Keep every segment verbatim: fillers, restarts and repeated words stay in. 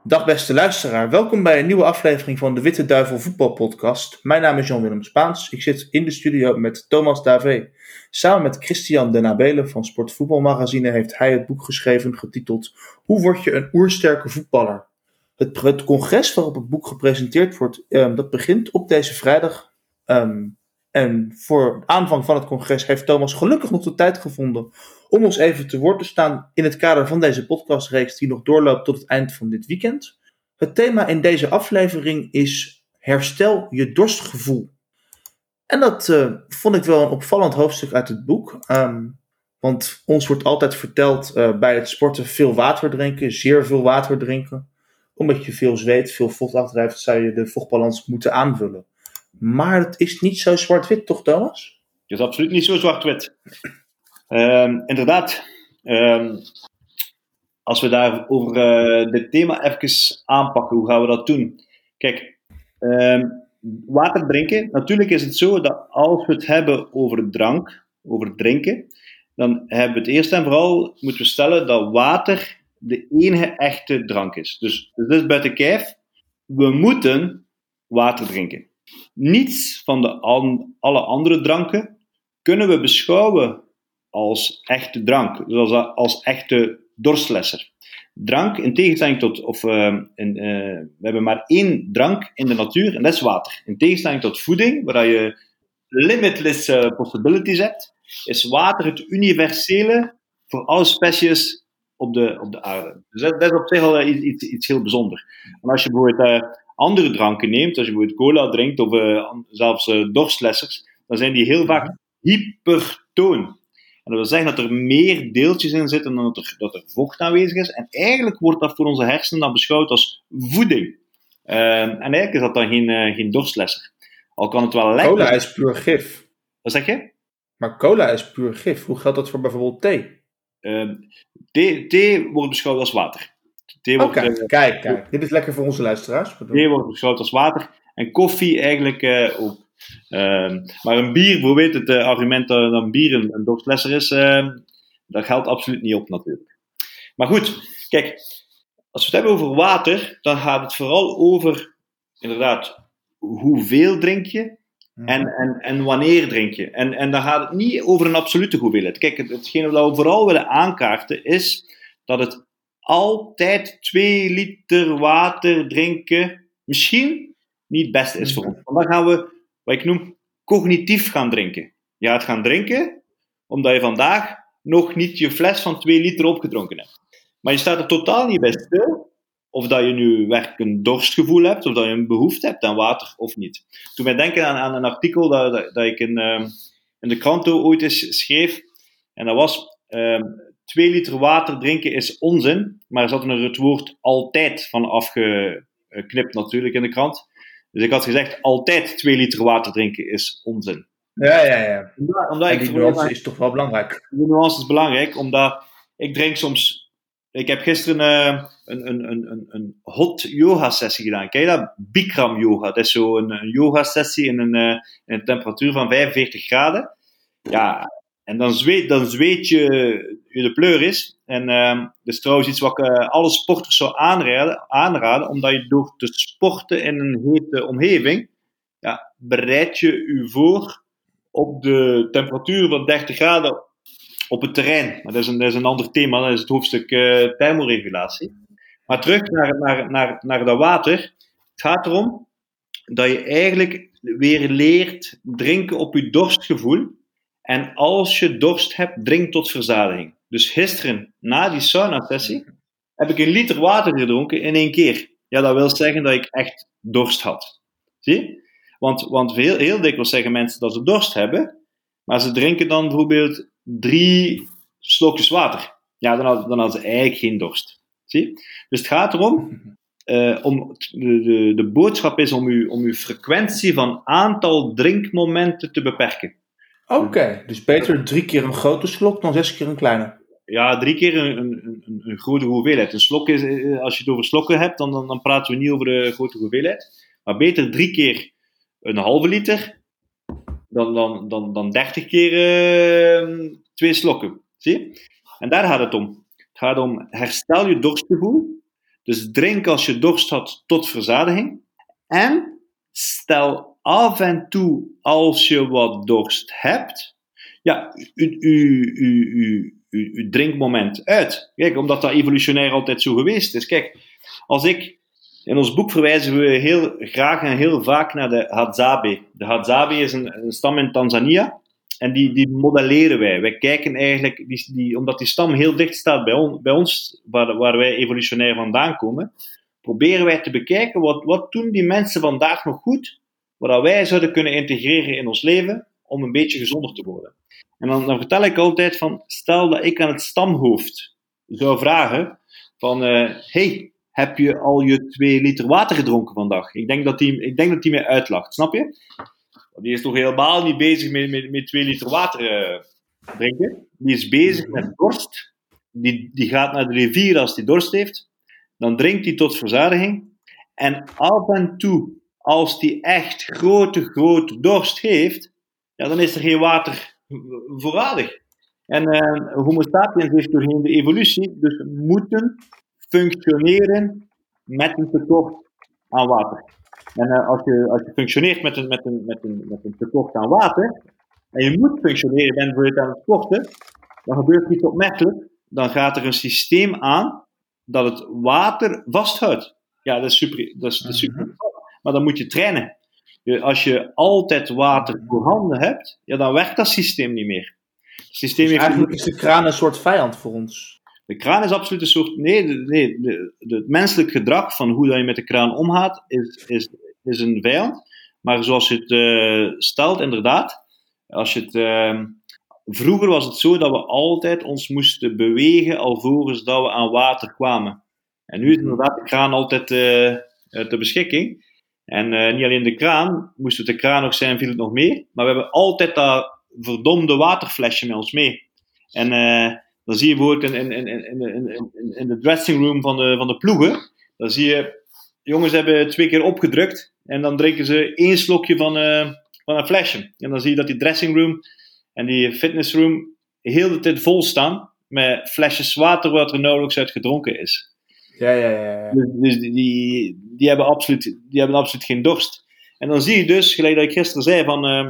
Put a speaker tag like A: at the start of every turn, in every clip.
A: Dag beste luisteraar, welkom bij een nieuwe aflevering van de Witte Duivel voetbalpodcast. Mijn naam is Jan-Willem Spaans, ik zit in de studio met Thomas Davé. Samen met Christian Den Abele van Sportvoetbalmagazine heeft hij het boek geschreven getiteld Hoe word je een oersterke voetballer? Het, het congres waarop het boek gepresenteerd wordt, um, dat begint op deze vrijdag. Um, en voor de aanvang van het congres heeft Thomas gelukkig nog de tijd gevonden om ons even te woord te staan in het kader van deze podcastreeks die nog doorloopt tot het eind van dit weekend. Het thema in deze aflevering is herstel je dorstgevoel. En dat uh, vond ik wel een opvallend hoofdstuk uit het boek. Um, want ons wordt altijd verteld uh, bij het sporten veel water drinken, zeer veel water drinken. Omdat je veel zweet, veel vocht afdrijft, zou je de vochtbalans moeten aanvullen. Maar het is niet zo zwart-wit, toch Thomas?
B: Het is absoluut niet zo zwart-wit. Um, inderdaad, um, als we daar over uh, dit thema even aanpakken, hoe gaan we dat doen? Kijk, um, water drinken, natuurlijk is het zo dat als we het hebben over drank, over drinken, dan hebben we het eerst en vooral, moeten we stellen dat water de enige echte drank is. Dus dit is buiten kijf, we moeten water drinken. Niets van de an, alle andere dranken kunnen we beschouwen als echte drank, dus als, als echte dorstlesser. Drank, in tegenstelling tot, of uh, in, uh, we hebben maar één drank in de natuur en dat is water. In tegenstelling tot voeding, waar je limitless uh, possibilities hebt, is water het universele voor alle species op de, op de aarde. Dus dat, dat is op zich al uh, iets, iets heel bijzonders. En als je bijvoorbeeld uh, andere dranken neemt, als je bijvoorbeeld cola drinkt of uh, zelfs uh, dorstlessers, dan zijn die heel vaak hypertoon. En dat wil zeggen dat er meer deeltjes in zitten dan dat er, dat er vocht aanwezig is. En eigenlijk wordt dat voor onze hersenen dan beschouwd als voeding. Uh, en eigenlijk is dat dan geen, uh, geen dorstlesser. Al kan het wel lekker...
A: Cola is puur gif.
B: Wat zeg je?
A: Maar cola is puur gif. Hoe geldt dat voor bijvoorbeeld thee?
B: Uh, thee, thee wordt beschouwd als water.
A: Oké, okay, uh, kijk, kijk. Dit is lekker voor onze luisteraars.
B: Thee wordt beschouwd als water. En koffie eigenlijk uh, ook. Uh, maar een bier, hoe weet het uh, argument dat een bier een, een dorstlesser is, uh, dat geldt absoluut niet op natuurlijk. Maar goed, kijk, als we het hebben over water, dan gaat het vooral over, inderdaad, hoeveel drink je en, en, en wanneer drink je. En, en dan gaat het niet over een absolute hoeveelheid. Kijk, het, hetgene wat we vooral willen aankaarten is dat het altijd twee liter water drinken misschien niet het beste is voor ons. Want dan gaan we, wat ik noem, cognitief gaan drinken. Je gaat gaan drinken, omdat je vandaag nog niet je fles van twee liter opgedronken hebt. Maar je staat er totaal niet bij stil, of dat je nu werkelijk een dorstgevoel hebt, of dat je een behoefte hebt aan water, of niet. Toen wij denken aan, aan een artikel dat, dat, dat ik in, uh, in de krant ooit eens schreef, en dat was, uh, twee liter water drinken is onzin, maar er zat er het woord altijd van afgeknipt natuurlijk in de krant. Dus ik had gezegd, altijd twee liter water drinken is onzin.
A: Ja, ja, ja.
B: Omdat, omdat
A: en die
B: ik,
A: nuance is toch wel belangrijk.
B: Die nuance is belangrijk, omdat ik drink soms... Ik heb gisteren uh, een, een, een, een hot yoga sessie gedaan. Ken je dat? Bikram yoga. Dat is zo een, een yoga sessie in een, uh, in een temperatuur van vijfenveertig graden. Ja, en dan zweet, dan zweet je je de pleur is. En uh, dat is trouwens iets wat ik uh, alle sporters zou aanraden, aanraden, omdat je door te sporten in een hete omgeving, ja, bereid je je voor op de temperatuur van dertig graden op het terrein. Maar dat is een, dat is een ander thema, dat is het hoofdstuk uh, thermoregulatie. Maar terug naar, naar, naar, naar dat water. Het gaat erom dat je eigenlijk weer leert drinken op je dorstgevoel. En als je dorst hebt, drink tot verzadiging. Dus gisteren, na die sauna-sessie, heb ik een liter water gedronken in één keer. Ja, dat wil zeggen dat ik echt dorst had. Zie? Want, want heel, heel dikwijls zeggen mensen dat ze dorst hebben, maar ze drinken dan bijvoorbeeld drie slokjes water. Ja, dan had, dan had ze eigenlijk geen dorst. Zie? Dus het gaat erom, uh, om, de, de, de boodschap is om uw, om uw frequentie van aantal drinkmomenten te beperken.
A: Oké, okay, dus beter drie keer een grote slok dan zes keer een kleine.
B: Ja, drie keer een, een, een, een grote hoeveelheid. Een slok is, als je het over slokken hebt, dan, dan, dan praten we niet over de grote hoeveelheid. Maar beter drie keer een halve liter dan, dan, dan, dan dertig keer uh, twee slokken. Zie je? En daar gaat het om. Het gaat om herstel je dorstgevoel Dus drink als je dorst had tot verzadiging. En stel af en toe, als je wat dorst hebt, ja, uw, uw, uw, uw, uw, uw drinkmoment uit. Kijk, omdat dat evolutionair altijd zo geweest is. Kijk, als ik... In ons boek verwijzen we heel graag en heel vaak naar de Hadzabe. De Hadzabe is een, een stam in Tanzania. En die, die modelleren wij. Wij kijken eigenlijk, die, die, omdat die stam heel dicht staat bij, on, bij ons, waar, waar wij evolutionair vandaan komen, proberen wij te bekijken, wat, wat doen die mensen vandaag nog goed, wat wij zouden kunnen integreren in ons leven, om een beetje gezonder te worden. En dan, dan vertel ik altijd van, stel dat ik aan het stamhoofd zou vragen, van, uh, hey, heb je al je twee liter water gedronken vandaag? Ik denk dat die, ik denk dat die mij uitlacht, snap je? Die is toch helemaal niet bezig met, met, met twee liter water uh, drinken. Die is bezig met dorst. Die, die gaat naar de rivier als die dorst heeft. Dan drinkt hij tot verzadiging. En af en toe, als die echt grote, grote dorst heeft, ja, dan is er geen water voorradig. En uh, Homo sapiens heeft doorheen de evolutie dus moeten functioneren met een tekort aan water. En uh, als, je, als je functioneert met een, met, een, met, een, met een tekort aan water, en je moet functioneren, je bent bijvoorbeeld aan het sporten, dan gebeurt iets opmerkelijk. Dan gaat er een systeem aan dat het water vasthoudt. Ja, dat is super, dat is, dat is super. Maar dan moet je trainen. Als je altijd water voorhanden hebt, ja, dan werkt dat systeem niet meer. Het systeem
A: dus
B: heeft
A: eigenlijk is de kraan een soort vijand voor ons.
B: De kraan is absoluut een soort... Nee, de, nee de, de, het menselijk gedrag van hoe dat je met de kraan omgaat, is, is, is een vijand. Maar zoals je het uh, stelt, inderdaad, als je het... Uh, vroeger was het zo dat we altijd ons moesten bewegen alvorens dat we aan water kwamen. En nu is inderdaad de kraan altijd uh, ter beschikking. En uh, niet alleen de kraan, moest het de kraan nog zijn, viel het nog mee. Maar we hebben altijd dat verdomde waterflesje met ons mee. En... Uh, Dan zie je bijvoorbeeld in, in, in, in, in, in de dressing room van de, van de ploegen, dan zie je, jongens hebben twee keer opgedrukt en dan drinken ze één slokje van, uh, van een flesje. En dan zie je dat die dressing room en die fitness room heel de tijd vol staan met flesjes water waar er nauwelijks uit gedronken is.
A: Ja, ja, ja. ja.
B: Dus, dus die, die, die, hebben absoluut, die hebben absoluut geen dorst. En dan zie je dus, gelijk dat ik gisteren zei, van, uh,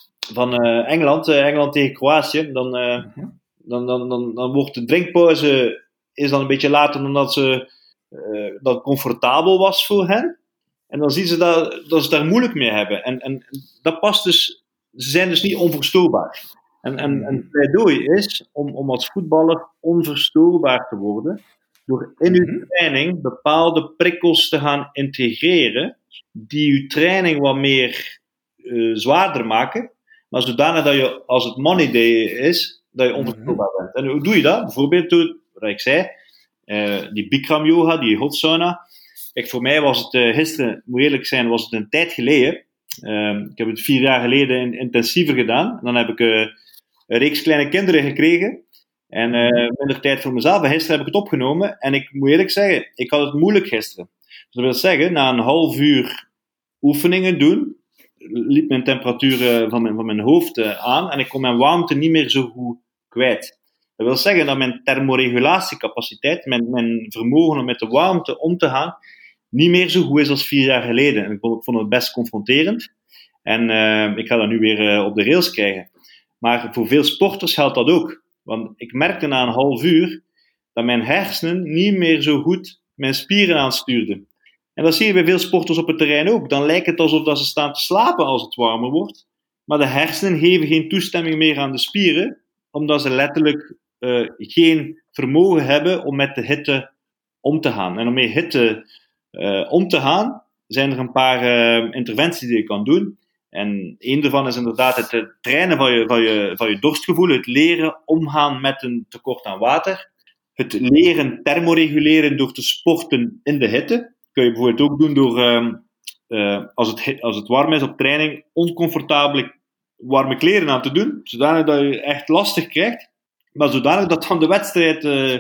B: van uh, Engeland, uh, Engeland tegen Kroatië, dan... Uh, uh-huh. Dan, dan, dan, dan wordt de drinkpauze is dan een beetje later dan dat, ze, uh, dat het comfortabel was voor hen. En dan zien ze dat, dat ze daar moeilijk mee hebben. En, en dat past dus, ze zijn dus niet onverstoorbaar. En, en, en het pleidooi is om, om als voetballer onverstoorbaar te worden, door in uw training bepaalde prikkels te gaan integreren, die uw training wat meer uh, zwaarder maken, maar zodanig dat je, als het money day is, dat je onverstoorbaar bent. En hoe doe je dat? Bijvoorbeeld door, wat ik zei, uh, die Bikram yoga, die hot sauna. Kijk, voor mij was het uh, gisteren, moet eerlijk zijn, was het een tijd geleden. Uh, ik heb het vier jaar geleden in, intensiever gedaan. En dan heb ik uh, een reeks kleine kinderen gekregen. En uh, minder tijd voor mezelf. En gisteren heb ik het opgenomen. En ik moet eerlijk zeggen, ik had het moeilijk gisteren. Dus dat wil zeggen, na een half uur oefeningen doen, liep mijn temperatuur uh, van, mijn, van mijn hoofd uh, aan. En ik kon mijn warmte niet meer zo goed kwijt. Dat wil zeggen dat mijn thermoregulatiecapaciteit, mijn, mijn vermogen om met de warmte om te gaan, niet meer zo goed is als vier jaar geleden. En ik vond, ik vond het best confronterend. En uh, ik ga dat nu weer uh, op de rails krijgen. Maar voor veel sporters geldt dat ook. Want ik merkte na een half uur dat mijn hersenen niet meer zo goed mijn spieren aanstuurden. En dat zie je bij veel sporters op het terrein ook. Dan lijkt het alsof dat ze staan te slapen als het warmer wordt. Maar de hersenen geven geen toestemming meer aan de spieren, omdat ze letterlijk uh, geen vermogen hebben om met de hitte om te gaan. En om met hitte uh, om te gaan, zijn er een paar uh, interventies die je kan doen. En één daarvan is inderdaad het uh, trainen van je, van, je, van je dorstgevoel, het leren omgaan met een tekort aan water, het leren thermoreguleren door te sporten in de hitte. Kun je bijvoorbeeld ook doen door, uh, uh, als, het, als het warm is op training, oncomfortabele warme kleren aan te doen, zodanig dat je echt lastig krijgt, maar zodanig dat dan de wedstrijd, uh,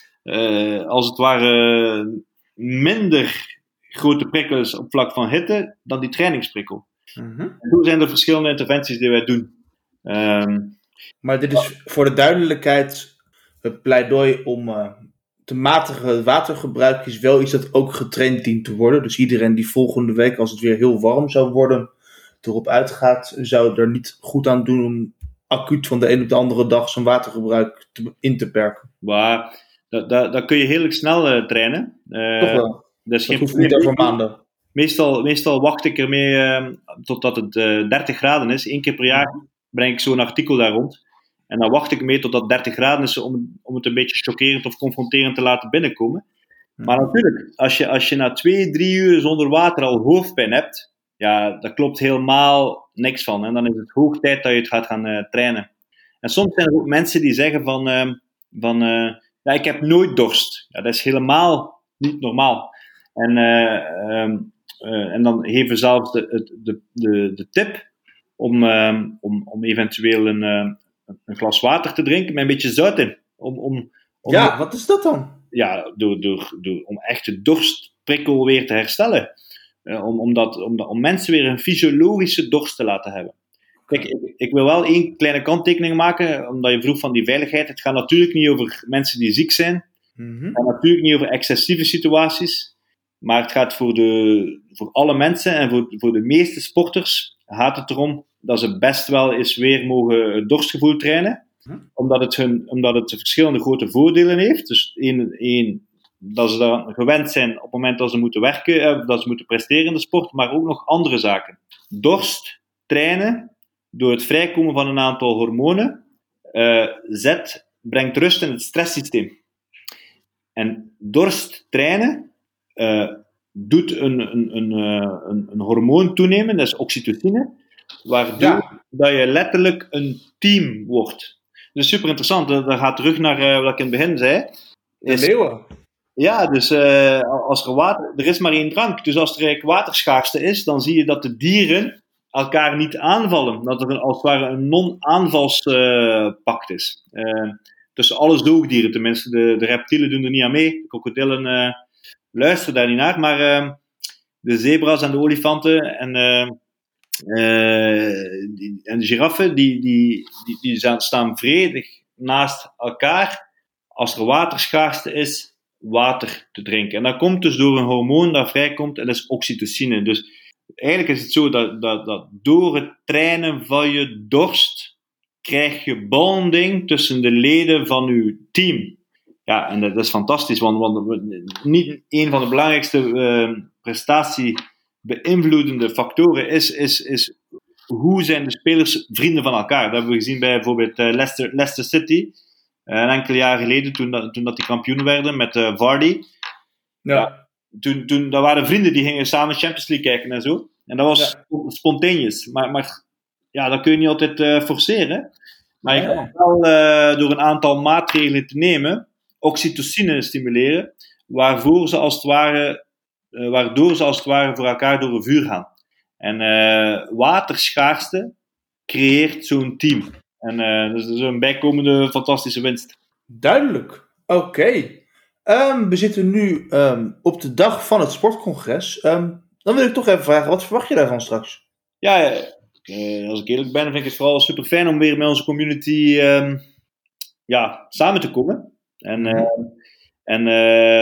B: uh, als het ware, uh, minder grote prikkel is op vlak van hitte dan die trainingsprikkel. Mm-hmm. En zo zijn er verschillende interventies die wij doen. Um,
A: maar dit is voor de duidelijkheid het pleidooi om uh, te matige watergebruik is wel iets dat ook getraind dient te worden. Dus iedereen die volgende week, als het weer heel warm zou worden, erop uitgaat, zou er niet goed aan doen om acuut van de een op de andere dag zijn watergebruik te, in te perken.
B: Maar dat, dat, dat kun je heel snel uh, trainen. Uh,
A: Toch wel.
B: Dat, is
A: dat
B: geen
A: hoeft niet over maanden.
B: Meestal, meestal wacht ik ermee uh, totdat het uh, dertig graden is. Eén keer per jaar breng ik zo'n artikel daar rond. En dan wacht ik mee tot dat dertig graden is om, om het een beetje chockerend of confronterend te laten binnenkomen. Maar natuurlijk, als je, als je na twee, drie uur zonder water al hoofdpijn hebt, ja, daar klopt helemaal niks van. En dan is het hoog tijd dat je het gaat gaan uh, trainen. En soms zijn er ook mensen die zeggen van, uh, van uh, ja, ik heb nooit dorst. Ja, dat is helemaal niet normaal. En, uh, um, uh, en dan geven we zelfs de, de, de, de tip om, um, om, om eventueel een, uh, een glas water te drinken met een beetje zout in. Om, om, om,
A: ja, wat is dat dan?
B: Ja, door, door, door, om echt de dorstprikkel weer te herstellen. Uh, om, om, dat, om, dat, om mensen weer een fysiologische dorst te laten hebben. Kijk, ik, ik wil wel één kleine kanttekening maken, omdat je vroeg van die veiligheid. Het gaat natuurlijk niet over mensen die ziek zijn.
A: Mm-hmm.
B: Het gaat natuurlijk niet over excessieve situaties. Maar het gaat voor, de, voor alle mensen en voor, voor de meeste sporters gaat het erom dat ze best wel eens weer mogen het dorstgevoel trainen. Omdat het, hun, omdat het verschillende grote voordelen heeft. Dus één, één dat ze daar gewend zijn op het moment dat ze moeten werken, eh, dat ze moeten presteren in de sport, maar ook nog andere zaken. Dorst trainen, door het vrijkomen van een aantal hormonen, uh, zet, brengt rust in het stresssysteem. En dorst trainen uh, doet een, een, een, een, een hormoon toenemen, dat is oxytocine, waardoor ja. dat je letterlijk een team wordt. Dat is super interessant. Dat gaat terug naar uh, wat ik in het begin zei.
A: Is, de leeuwen.
B: Ja, dus uh, als er water... Er is maar één drank. Dus als er waterschaarste is, dan zie je dat de dieren elkaar niet aanvallen. Dat er een, als het ware een non-aanvalspact uh, is. Uh, tussen alle zoogdieren, tenminste. De, de reptielen doen er niet aan mee. De krokodillen uh, luisteren daar niet naar. Maar uh, de zebra's en de olifanten en... Uh, Uh, die, en de giraffen, die, die, die, die staan vredig naast elkaar als er waterschaarste is, water te drinken. En dat komt dus door een hormoon dat vrijkomt, en dat is oxytocine. Dus eigenlijk is het zo dat, dat, dat door het trainen van je dorst krijg je bonding tussen de leden van je team. Ja, en dat is fantastisch, want, want niet een van de belangrijkste uh, prestatie beïnvloedende factoren is, is, is hoe zijn de spelers vrienden van elkaar. Dat hebben we gezien bij bijvoorbeeld uh, Leicester, Leicester City. Uh, een enkele jaar geleden, toen, dat, toen dat die kampioen werden met uh, Vardy.
A: Ja.
B: Ja, toen, toen, dat waren vrienden die gingen samen Champions League kijken en zo. En dat was ja. spontaneous. Maar, maar ja, dat kun je niet altijd uh, forceren. Maar je ja. kan wel uh, door een aantal maatregelen te nemen oxytocine stimuleren, waarvoor ze als het ware... Uh, waardoor ze als het ware voor elkaar door een vuur gaan. En uh, waterschaarste creëert zo'n team. En uh, dus dat is een bijkomende fantastische winst.
A: Duidelijk. Oké. Okay. Um, we zitten nu um, op de dag van het sportcongres. Um, dan wil ik toch even vragen, wat verwacht je daarvan straks?
B: Ja, uh, als ik eerlijk ben, vind ik het vooral super fijn om weer met onze community um, ja, samen te komen. En... Uh, En uh,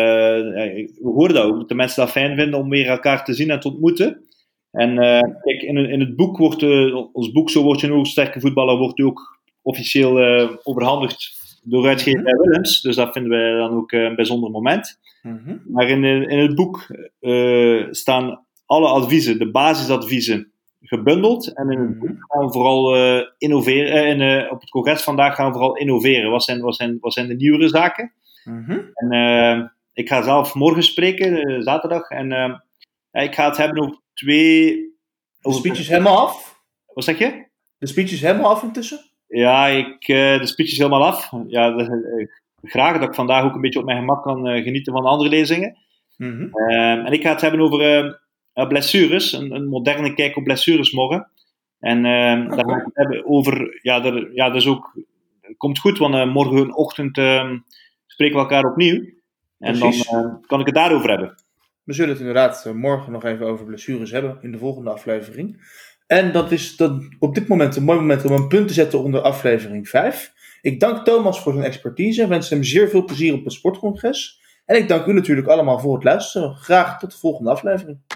B: we horen dat ook, dat de mensen dat fijn vinden om weer elkaar te zien en te ontmoeten. En uh, kijk, in, in het boek wordt, uh, ons boek Zo word je een oogsterke voetballer, wordt ook officieel uh, overhandigd door uitgever mm-hmm. Willems. Dus dat vinden wij dan ook uh, een bijzonder moment. Mm-hmm. Maar in, in het boek uh, staan alle adviezen, de basisadviezen, gebundeld. En in het boek gaan we vooral uh, innoveren. Uh, in, uh, op het congres vandaag gaan we vooral innoveren. Wat zijn, wat zijn, wat zijn de nieuwere zaken?
A: Mm-hmm.
B: En uh, ik ga zelf morgen spreken, uh, zaterdag. En uh, ja, ik ga het hebben over twee...
A: De speech is helemaal af?
B: Wat zeg je?
A: De speech is helemaal af intussen?
B: Ja, ik, uh, de speech is helemaal af. Ja, de, uh, graag dat ik vandaag ook een beetje op mijn gemak kan uh, genieten van de andere lezingen.
A: Mm-hmm.
B: Uh, en ik ga het hebben over uh, blessures, een, een moderne kijk op blessures morgen. En uh, okay. daar ga ik het hebben over... Ja, er, ja dat is ook... komt goed, want uh, morgenochtend... Uh, spreken we elkaar opnieuw. En Precies. dan uh, kan ik het daarover hebben.
A: We zullen het inderdaad uh, morgen nog even over blessures hebben in de volgende aflevering. En dat is dan op dit moment een mooi moment om een punt te zetten onder aflevering vijf. Ik dank Thomas voor zijn expertise en wens hem zeer veel plezier op het sportcongres. En ik dank u natuurlijk allemaal voor het luisteren. Graag tot de volgende aflevering.